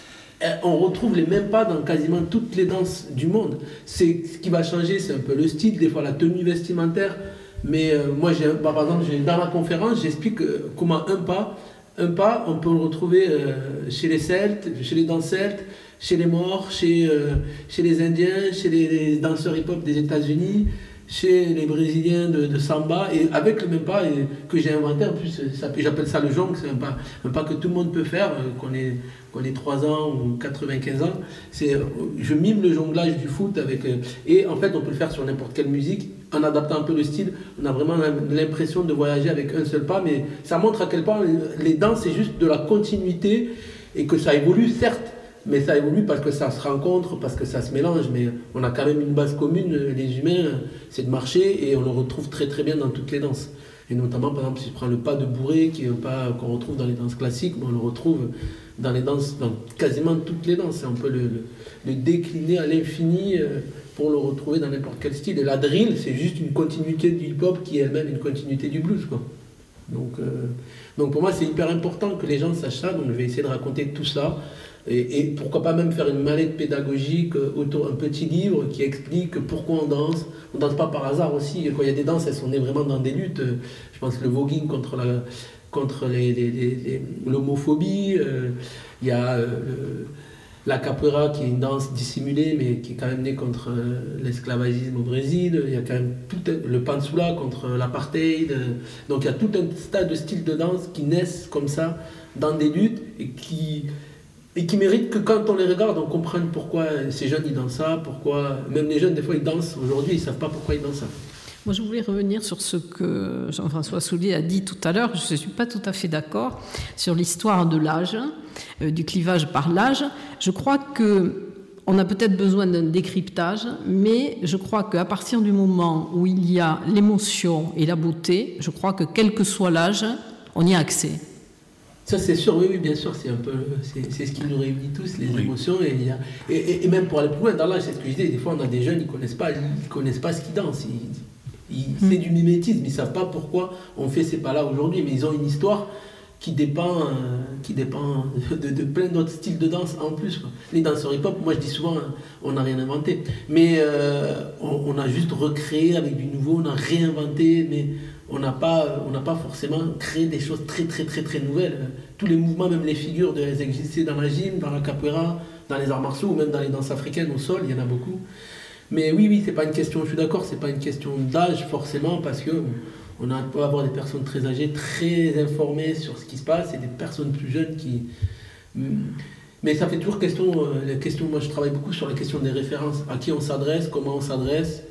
On retrouve les mêmes pas dans quasiment toutes les danses du monde. Ce qui va changer, c'est un peu le style, des fois la tenue vestimentaire. Mais moi, par exemple, dans la conférence, j'explique comment un pas, on peut le retrouver chez les Celtes, chez les danses celtes, chez les Maures, chez les Indiens, chez les danseurs hip-hop des États-Unis, chez les Brésiliens de samba, et avec le même pas que j'ai inventé. En plus, j'appelle ça le jongle, c'est un pas que tout le monde peut faire, qu'on ait 3 ans ou 95 ans. Je mime le jonglage du foot et en fait, on peut le faire sur n'importe quelle musique. En adaptant un peu le style, on a vraiment l'impression de voyager avec un seul pas, mais ça montre à quel point les danses, c'est juste de la continuité et que ça évolue, certes, mais ça évolue parce que ça se rencontre, parce que ça se mélange, mais on a quand même une base commune, les humains, c'est de marcher, et on le retrouve très très bien dans toutes les danses. Et notamment, par exemple, si je prends le pas de bourrée, qui est un pas qu'on retrouve dans les danses classiques, on le retrouve dans quasiment toutes les danses. On peut le décliner à l'infini pour le retrouver dans n'importe quel style. Et la drill, c'est juste une continuité du hip-hop qui est elle-même une continuité du blues, quoi. Donc pour moi, c'est hyper important que les gens sachent ça, donc je vais essayer de raconter tout ça. Et pourquoi pas même faire une mallette pédagogique autour un petit livre qui explique pourquoi on danse. On danse pas par hasard aussi. Quand il y a des danses, elles sont nées vraiment dans des luttes. Je pense que le voguing contre l'homophobie. Il y a la capoeira qui est une danse dissimulée mais qui est quand même née contre l'esclavagisme au Brésil. Il y a quand même le pansula contre l'apartheid. Donc il y a tout un tas de styles de danse qui naissent comme ça dans des luttes et qui méritent que quand on les regarde, on comprenne pourquoi ces jeunes ils dansent ça, pourquoi même les jeunes des fois ils dansent aujourd'hui, ils savent pas pourquoi ils dansent ça. Moi je voulais revenir sur ce que Jean-François Soulier a dit tout à l'heure. Je ne suis pas tout à fait d'accord sur l'histoire de l'âge, du clivage par l'âge. Je crois qu'on a peut-être besoin d'un décryptage, mais je crois qu'à partir du moment où il y a l'émotion et la beauté, je crois que quel que soit l'âge, on y a accès. Ça c'est sûr, oui, bien sûr, c'est ce qui nous réunit tous, les émotions, et même pour aller plus loin dans l'âge, c'est ce que je disais, des fois on a des jeunes, ils connaissent pas ce qu'ils dansent, c'est du mimétisme, ils savent pas pourquoi on fait ces pas-là aujourd'hui, mais ils ont une histoire qui dépend de plein d'autres styles de danse en plus, quoi. Les danseurs hip-hop, moi je dis souvent, on n'a rien inventé, mais on a juste recréé avec du nouveau, on a réinventé, mais on n'a pas forcément créé des choses très très très très nouvelles. Tous les mouvements, même les figures, elles existaient dans la gym, dans la capoeira, dans les arts martiaux ou même dans les danses africaines au sol, il y en a beaucoup. Mais oui, c'est pas une question, je suis d'accord, c'est pas une question d'âge forcément, parce que on peut avoir des personnes très âgées, très informées sur ce qui se passe, et des personnes plus jeunes qui... Mais ça fait toujours question, moi je travaille beaucoup sur la question des références, à qui on s'adresse, comment on s'adresse,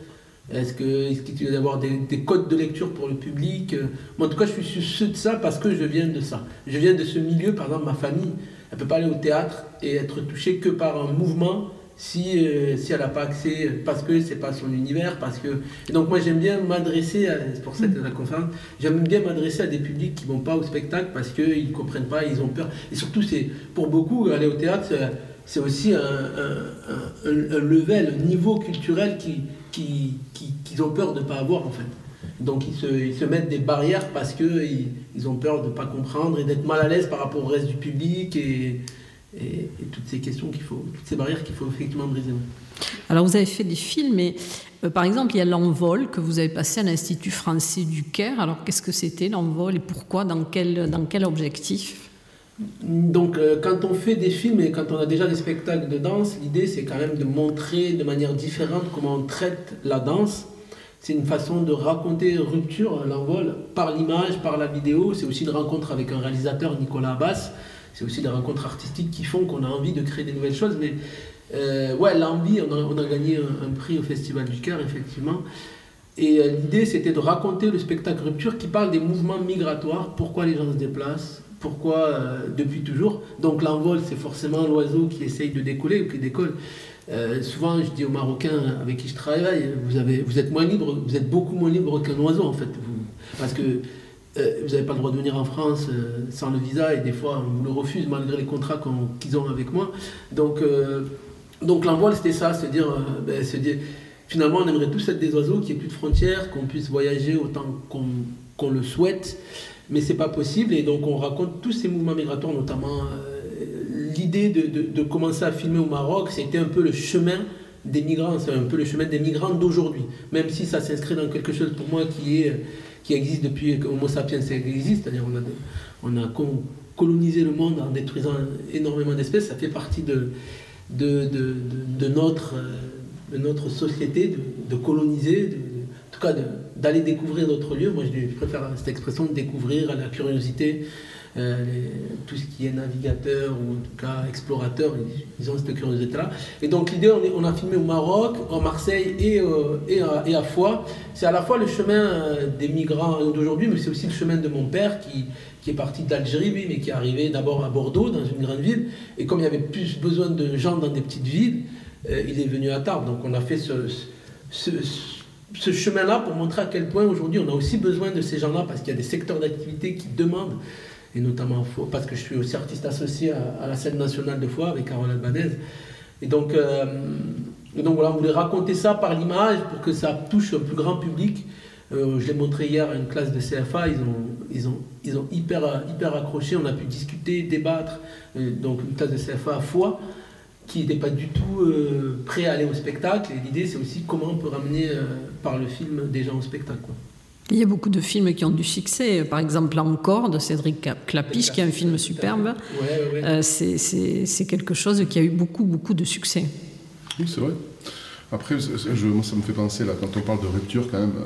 Est-ce qu'il doit y avoir des codes de lecture pour le public? Moi, en tout cas, je suis sûr de ça parce que je viens de ça. Je viens de ce milieu. Par exemple, ma famille, elle ne peut pas aller au théâtre et être touchée que par un mouvement si elle n'a pas accès, parce que ce n'est pas son univers. Et donc moi, j'aime bien m'adresser, c'est pour ça que la conférence, j'aime bien m'adresser à des publics qui ne vont pas au spectacle parce qu'ils ne comprennent pas, ils ont peur. Et surtout, pour beaucoup, aller au théâtre, c'est aussi un level, un niveau culturel qu'ils ont peur de ne pas avoir, en fait. Donc ils se mettent des barrières parce qu'ils ont peur de ne pas comprendre et d'être mal à l'aise par rapport au reste du public et toutes ces questions toutes ces barrières qu'il faut effectivement briser. Alors vous avez fait des films, mais par exemple il y a L'Envol que vous avez passé à l'Institut français du Caire. Alors qu'est-ce que c'était L'Envol et pourquoi, dans quel objectif? Donc quand on fait des films et quand on a déjà des spectacles de danse, l'idée c'est quand même de montrer de manière différente comment on traite la danse. C'est une façon de raconter Rupture, L'Envol, par l'image, par la vidéo. C'est aussi une rencontre avec un réalisateur, Nicolas Abbas. C'est aussi des rencontres artistiques qui font qu'on a envie de créer des nouvelles choses. Mais l'envie, on a gagné un prix au Festival du Caire, effectivement. Et l'idée, c'était de raconter le spectacle Rupture qui parle des mouvements migratoires, pourquoi les gens se déplacent, pourquoi depuis toujours. Donc l'envol, c'est forcément l'oiseau qui essaye de décoller ou qui décolle. Souvent, je dis aux Marocains avec qui je travaille, vous êtes moins libre, vous êtes beaucoup moins libre qu'un oiseau, en fait. Parce que vous n'avez pas le droit de venir en France sans le visa et des fois on vous le refuse malgré les contrats qu'ils ont avec moi. Donc l'envol c'était ça, se dire finalement on aimerait tous être des oiseaux, qu'il n'y ait plus de frontières, qu'on puisse voyager autant qu'on le souhaite, mais c'est pas possible et donc on raconte tous ces mouvements migratoires, notamment l'idée de commencer à filmer au Maroc, c'était un peu le chemin des migrants, c'est un peu le chemin des migrants d'aujourd'hui, même si ça s'inscrit dans quelque chose pour moi qui existe depuis que Homo sapiens existe, c'est-à-dire on a colonisé le monde en détruisant énormément d'espèces, ça fait partie de notre société, de coloniser, en tout cas d'aller découvrir d'autres lieux. Moi je préfère cette expression de découvrir, la curiosité, tout ce qui est navigateur ou en tout cas explorateur, ils ont cette curiosité-là. Et donc l'idée, on a filmé au Maroc, en Marseille et à Foix. C'est à la fois le chemin des migrants d'aujourd'hui, mais c'est aussi le chemin de mon père qui est parti d'Algérie, lui, mais qui est arrivé d'abord à Bordeaux, dans une grande ville. Et comme il y avait plus besoin de gens dans des petites villes, il est venu à Tarbes. Donc on a fait ce chemin-là pour montrer à quel point aujourd'hui on a aussi besoin de ces gens-là, parce qu'il y a des secteurs d'activité qui demandent, et notamment à Foix, parce que je suis aussi artiste associé à la scène nationale de Foix avec Carole Albanese. Et donc voilà, on voulait raconter ça par l'image pour que ça touche un plus grand public. Je l'ai montré hier à une classe de CFA, ils ont hyper accroché, on a pu discuter, débattre. Donc une classe de CFA à Foix qui n'était pas du tout prêt à aller au spectacle. Et l'idée, c'est aussi comment on peut ramener par le film des gens au spectacle, quoi. Il y a beaucoup de films qui ont du succès. Par exemple, Encore de Cédric Clapiche, qui est un film superbe. Ouais. C'est quelque chose qui a eu beaucoup de succès. Oui, c'est vrai. Après, moi, ça me fait penser, là, quand on parle de rupture, quand même,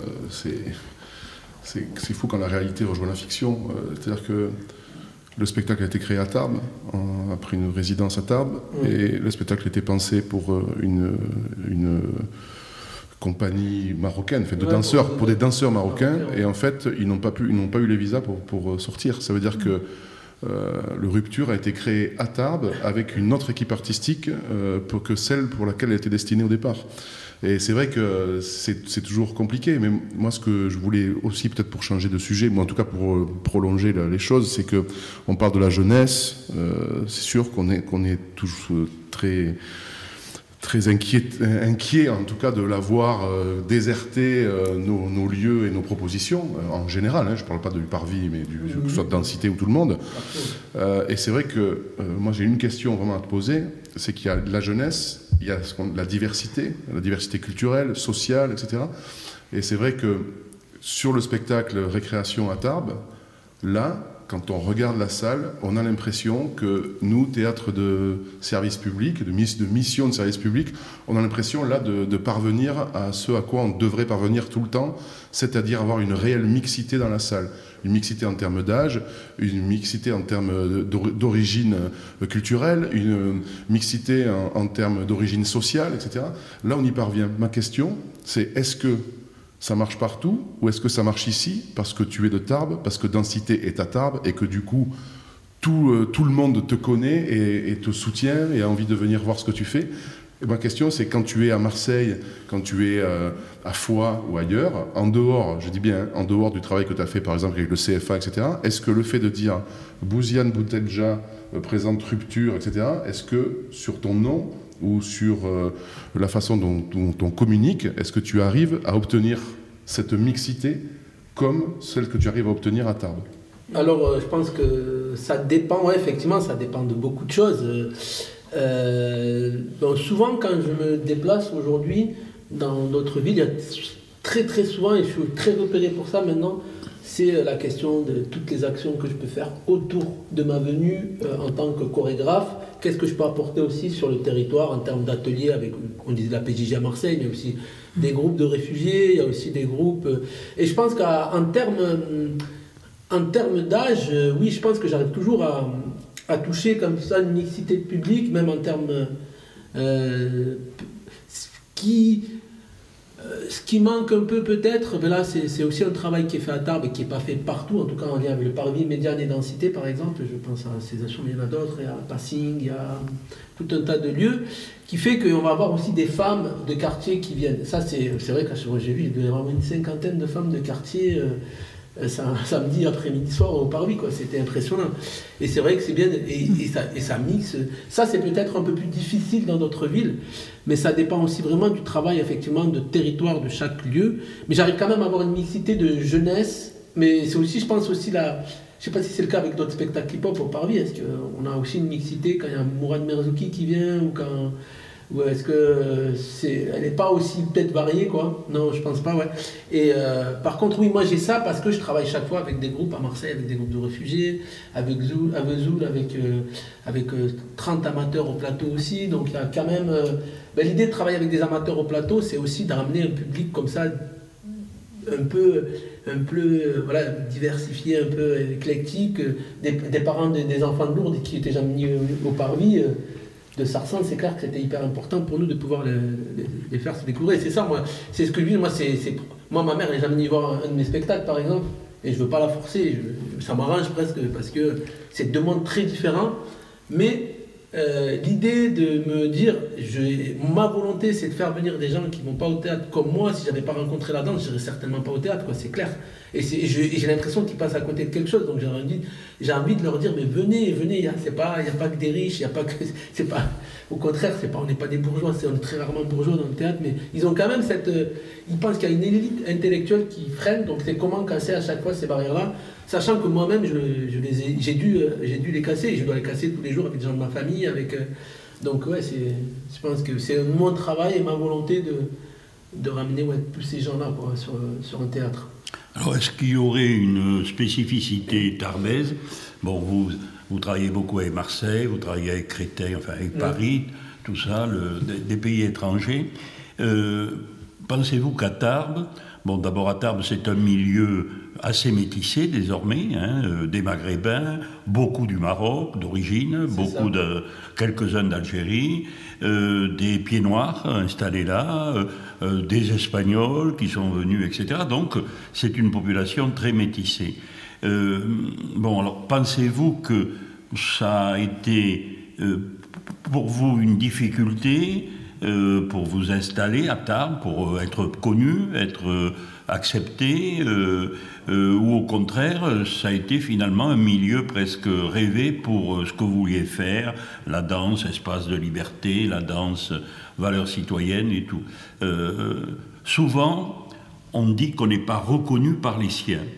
c'est fou quand la réalité rejoint la fiction. C'est-à-dire que le spectacle a été créé à Tarbes, après une résidence à Tarbes, et le spectacle était pensé pour une compagnie marocaine, fait de danseurs, pour des danseurs marocains, et en fait, ils n'ont pas eu les visas pour sortir. Ça veut dire que le Rupture a été créé à Tarbes avec une autre équipe artistique que celle pour laquelle elle était destinée au départ. Et c'est vrai que c'est toujours compliqué, mais moi ce que je voulais aussi, peut-être pour changer de sujet, mais en tout cas pour prolonger les choses, c'est qu'on parle de la jeunesse, c'est sûr qu'on est tous très inquiet en tout cas de la voir déserter nos lieux et nos propositions en général, je ne parle pas du parvis mais que ce soit de densité ou tout le monde, et c'est vrai que moi j'ai une question vraiment à te poser, c'est qu'il y a la jeunesse, il y a la diversité culturelle, sociale, etc. Et c'est vrai que sur le spectacle Récréation à Tarbes, là quand on regarde la salle, on a l'impression que nous, théâtre de service public, de mission de service public, on a l'impression là de parvenir à ce à quoi on devrait parvenir tout le temps, c'est-à-dire avoir une réelle mixité dans la salle. Une mixité en termes d'âge, une mixité en termes d'origine culturelle, une mixité en termes d'origine sociale, etc. Là, on y parvient. Ma question, c'est est-ce que ça marche partout ou est-ce que ça marche ici parce que tu es de Tarbes, parce que Densité est à Tarbes et que du coup tout le monde te connaît et te soutient et a envie de venir voir ce que tu fais. Et ma question, c'est quand tu es à Marseille, quand tu es à Foix ou ailleurs, en dehors, je dis bien, en dehors du travail que tu as fait par exemple avec le CFA, etc., est-ce que le fait de dire Bouziane Boutelja présente rupture, etc., est-ce que sur ton nom ou sur la façon dont on communique, est-ce que tu arrives à obtenir cette mixité comme celle que tu arrives à obtenir à Tarbes? Alors, je pense que ça dépend, ouais, effectivement, ça dépend de beaucoup de choses. Donc souvent, quand je me déplace aujourd'hui dans d'autres villes, il y a très très souvent, et je suis très repéré pour ça maintenant, c'est la question de toutes les actions que je peux faire autour de ma venue en tant que chorégraphe. Qu'est-ce que je peux apporter aussi sur le territoire en termes d'ateliers avec, on disait la PJJ à Marseille, mais aussi des groupes de réfugiés, il y a aussi des groupes... Et je pense qu'en termes d'âge, oui, je pense que j'arrive toujours à toucher comme ça une mixité de public, même en termes... ce qui manque un peu peut-être, ben là c'est aussi un travail qui est fait à Tarbes et qui n'est pas fait partout, en tout cas en lien avec le parvis Médiane et Densité par exemple, je pense à ces actions, mais il y en a d'autres, il y a Passing, il y a tout un tas de lieux, qui fait qu'on va avoir aussi des femmes de quartier qui viennent. Ça c'est vrai que j'ai vu, il doit y avoir une cinquantaine de femmes de quartier samedi après-midi soir au parvis, quoi. C'était impressionnant. Et c'est vrai que c'est bien, et ça mixe. Ça c'est peut-être un peu plus difficile dans d'autres villes, mais ça dépend aussi vraiment du travail effectivement de territoire de chaque lieu. Mais j'arrive quand même à avoir une mixité de jeunesse, mais c'est aussi, je pense aussi là, je sais pas si c'est le cas avec d'autres spectacles hip-hop au parvis, est-ce qu'on a aussi une mixité quand il y a Mourad Merzouki qui vient, ou est-ce que elle n'est pas aussi peut-être variée, quoi? Non, je pense pas, ouais. Et par contre, oui, moi j'ai ça parce que je travaille chaque fois avec des groupes à Marseille, avec des groupes de réfugiés, avec Zoul, avec 30 amateurs au plateau aussi. Donc il y a quand même... l'idée de travailler avec des amateurs au plateau, c'est aussi de ramener un public comme ça, un peu voilà, diversifié, un peu éclectique, des parents des enfants de Lourdes qui étaient jamais venus au parvis. De Sarsens, c'est clair que c'était hyper important pour nous de pouvoir les faire se découvrir. Et c'est ça, moi, c'est ce que je dis. Moi, ma mère n'est jamais venue voir un de mes spectacles, par exemple, et je ne veux pas la forcer. Ça m'arrange presque parce que c'est deux mondes très différents. Mais l'idée de me dire, ma volonté, c'est de faire venir des gens qui ne vont pas au théâtre comme moi. Si je n'avais pas rencontré la danse, je n'irais certainement pas au théâtre, quoi, c'est clair. Et j'ai l'impression qu'ils passent à côté de quelque chose. Donc j'ai envie de leur dire, mais venez, il n'y a pas que des riches, au contraire, on n'est pas des bourgeois, on est très rarement bourgeois dans le théâtre, mais ils ont quand même ils pensent qu'il y a une élite intellectuelle qui freine, donc c'est comment casser à chaque fois ces barrières-là, sachant que moi-même, j'ai dû les casser, et je dois les casser tous les jours avec des gens de ma famille, donc ouais, je pense que c'est mon travail et ma volonté de ramener tous ces gens-là sur un théâtre. Alors, est-ce qu'il y aurait une spécificité tarbaise? Bon, vous travaillez beaucoup avec Marseille, vous travaillez avec Créteil, enfin avec Paris, tout ça, des pays étrangers. Pensez-vous qu'à Tarbes, bon, d'abord à Tarbes, c'est un milieu assez métissé désormais, des Maghrébins, beaucoup du Maroc d'origine, quelques-uns d'Algérie, des Pieds Noirs installés là, des Espagnols qui sont venus, etc. Donc c'est une population très métissée. Bon, alors pensez-vous que ça a été pour vous une difficulté pour vous installer à Tarbes, pour être connu, être accepté, ou au contraire, ça a été finalement un milieu presque rêvé pour ce que vous vouliez faire, la danse, espace de liberté, la danse, valeurs citoyennes et tout. Souvent, on dit qu'on n'est pas reconnu par les siens.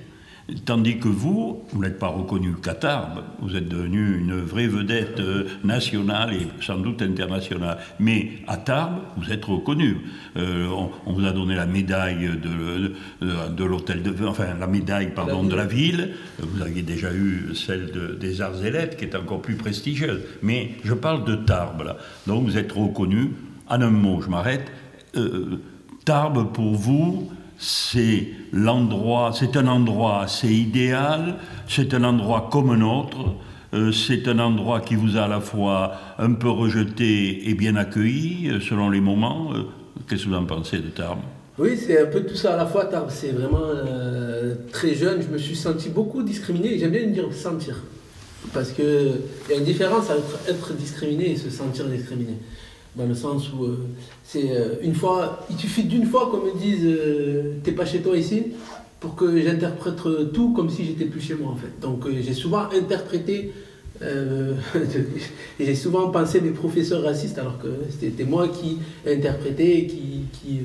Tandis que vous n'êtes pas reconnu qu'à Tarbes, vous êtes devenu une vraie vedette nationale et sans doute internationale. Mais à Tarbes, vous êtes reconnu. On vous a donné la médaille de l'hôtel la médaille, de la ville. Vous aviez déjà eu celle des Arts et Lettres, qui est encore plus prestigieuse. Mais je parle de Tarbes, là. Donc vous êtes reconnu. En un mot, je m'arrête. Tarbes, pour vous, c'est un endroit assez idéal, c'est un endroit comme un autre, c'est un endroit qui vous a à la fois un peu rejeté et bien accueilli, selon les moments. Qu'est-ce que vous en pensez de Tarbes ? Oui, c'est un peu tout ça à la fois. Tarbes, c'est vraiment très jeune, je me suis senti beaucoup discriminé, et j'aime bien dire sentir. Parce qu'il y a une différence entre être discriminé et se sentir discriminé. Dans le sens où il suffit d'une fois qu'on me dise t'es pas chez toi ici, pour que j'interprète tout comme si j'étais plus chez moi en fait. Donc j'ai souvent interprété, j'ai souvent pensé mes professeurs racistes alors que c'était moi qui interprétais et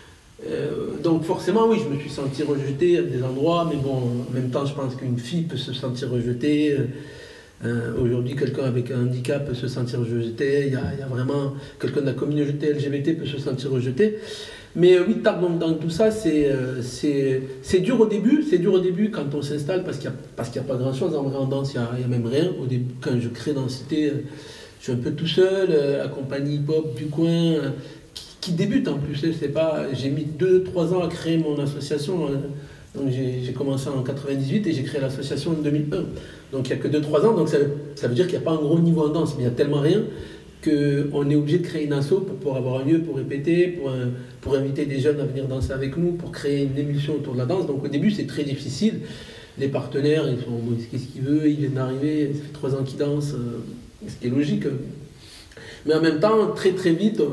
donc forcément oui, je me suis senti rejeté à des endroits, mais bon, en même temps je pense qu'une fille peut se sentir rejetée. Aujourd'hui, quelqu'un avec un handicap peut se sentir rejeté, il y a vraiment quelqu'un de la communauté LGBT peut se sentir rejeté. Mais oui, Tarbes, dans tout ça, c'est dur au début quand on s'installe parce qu'il n'y a pas grand-chose. En vrai, en danse, il n'y a même rien. Au début, quand je crée Densité, je suis un peu tout seul, la compagnie hip-hop du coin, qui débute en plus. J'ai mis 2-3 ans à créer mon association. Donc j'ai commencé en 98 et j'ai créé l'association en 2001. Donc il n'y a que 2-3 ans, donc ça veut dire qu'il n'y a pas un gros niveau en danse, mais il n'y a tellement rien qu'on est obligé de créer une asso pour pouvoir avoir un lieu pour répéter, pour inviter des jeunes à venir danser avec nous, pour créer une émulsion autour de la danse. Donc au début c'est très difficile. Les partenaires, ils font qu'est-ce qu'ils veulent, ils viennent d'arriver, ça fait 3 ans qu'ils dansent, ce qui est logique. Mais en même temps, très très vite,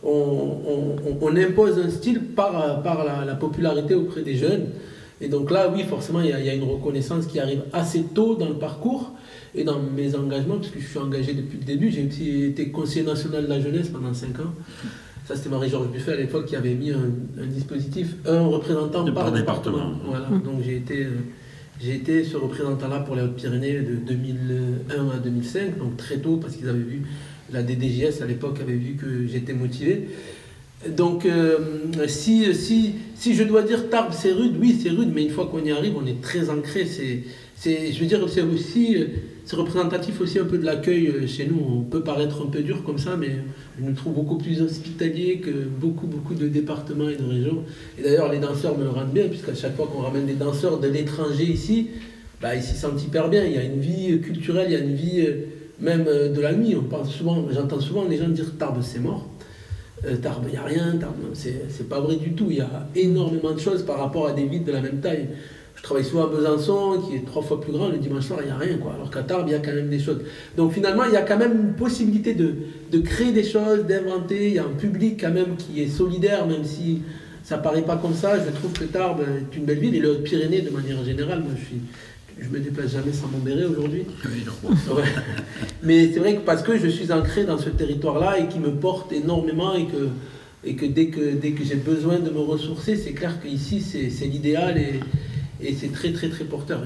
on impose un style par la popularité auprès des jeunes. Et donc là, oui, forcément, il y a une reconnaissance qui arrive assez tôt dans le parcours et dans mes engagements, puisque je suis engagé depuis le début. J'ai aussi été conseiller national de la jeunesse pendant 5 ans. Ça, c'était Marie-Georges Buffet à l'époque qui avait mis un dispositif, un représentant par département. Voilà. Donc j'ai été ce représentant-là pour les Hautes-Pyrénées de 2001 à 2005, donc très tôt, parce qu'ils avaient vu, la DDJS à l'époque avait vu que j'étais motivé. Donc, si je dois dire Tarbes, c'est rude, oui, c'est rude, mais une fois qu'on y arrive, on est très ancré. Je veux dire, c'est représentatif aussi un peu de l'accueil chez nous. On peut paraître un peu dur comme ça, mais je nous trouve beaucoup plus hospitalier que beaucoup de départements et de régions. Et d'ailleurs, les danseurs me le rendent bien, puisqu'à chaque fois qu'on ramène des danseurs de l'étranger ici, ils s'y sentent hyper bien. Il y a une vie culturelle, il y a une vie même de la nuit. J'entends souvent les gens dire Tarbes, c'est mort. Tarbes, il n'y a rien, Tarbes, c'est pas vrai du tout. Il y a énormément de choses par rapport à des villes de la même taille. Je travaille souvent à Besançon, qui est 3 fois plus grand, le dimanche soir, il n'y a rien, quoi. Alors qu'à Tarbes, il y a quand même des choses. Donc finalement, il y a quand même une possibilité de créer des choses, d'inventer. Il y a un public quand même qui est solidaire, même si ça ne paraît pas comme ça. Je trouve que Tarbes est une belle ville, et les Hautes-Pyrénées, de manière générale, moi je me déplace jamais sans mon béret aujourd'hui. Ouais. Mais c'est vrai que parce que je suis ancré dans ce territoire-là et qui me porte énormément et que dès que j'ai besoin de me ressourcer, c'est clair qu'ici c'est l'idéal et c'est très très très porteur.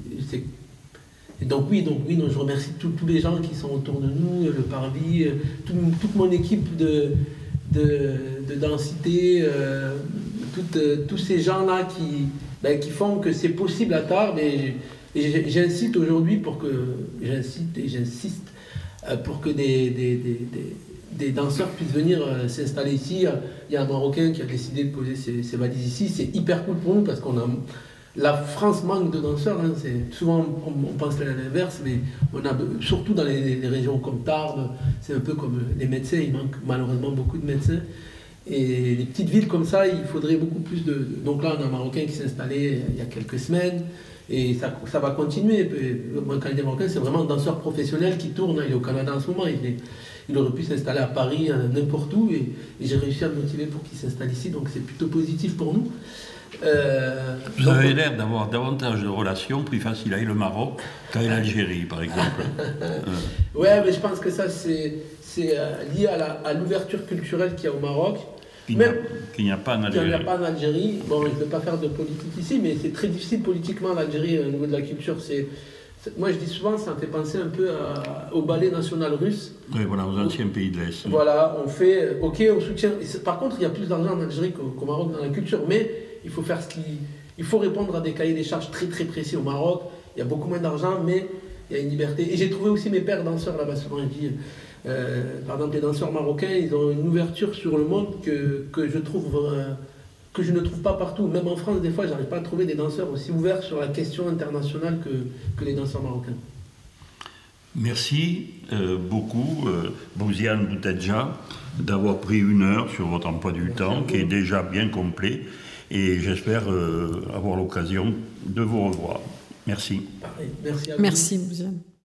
Et donc je remercie tous les gens qui sont autour de nous, le Parvis, toute mon équipe de densité, tous ces gens-là qui font que c'est possible à Tarbes. Et j'insiste aujourd'hui j'insiste pour que des danseurs puissent venir s'installer ici. Il y a un Marocain qui a décidé de poser ses valises ici. C'est hyper cool pour nous parce qu'on a... La France manque de danseurs. Hein. Souvent on pense à l'inverse, mais on a, surtout dans les régions comme Tarbes, c'est un peu comme les médecins. Il manque malheureusement beaucoup de médecins. Et les petites villes comme ça, il faudrait beaucoup plus de... Donc là, on a un Marocain qui s'est installé il y a quelques semaines. Et ça va continuer. Moi, quand il est marocain, c'est vraiment un danseur professionnel qui tourne. Il est au Canada en ce moment. Il aurait pu s'installer à Paris, n'importe où. Et j'ai réussi à me motiver pour qu'il s'installe ici. Donc c'est plutôt positif pour nous. Vous avez l'air d'avoir davantage de relations plus faciles avec le Maroc qu'avec l'Algérie, par exemple. Ouais, mais je pense que ça, c'est lié à l'ouverture culturelle qu'il y a au Maroc. Qu'il n'y a pas en Qu'il n'y a Algérie. pas en Algérie. Bon, je ne vais pas faire de politique ici, mais c'est très difficile politiquement l'Algérie au niveau de la culture. Moi, je dis souvent, ça me fait penser un peu au ballet national russe. Oui, voilà, aux anciens pays de l'Est. Voilà, on fait, ok, on soutient. Par contre, il y a plus d'argent en Algérie qu'au Maroc dans la culture, mais il faut faire il faut répondre à des cahiers des charges très très précis au Maroc. Il y a beaucoup moins d'argent, mais il y a une liberté. Et j'ai trouvé aussi mes pères danseurs là-bas. Souvent, je dis, par exemple, les danseurs marocains, ils ont une ouverture sur le monde que je ne trouve pas partout. Même en France, des fois, j'arrive pas à trouver des danseurs aussi ouverts sur la question internationale que les danseurs marocains. Merci beaucoup, Bouziane Boutedja, d'avoir pris 1 heure sur votre emploi du temps, qui est déjà bien complet. Et j'espère avoir l'occasion de vous revoir. Merci. Pareil, merci à vous. Merci, Bouziane.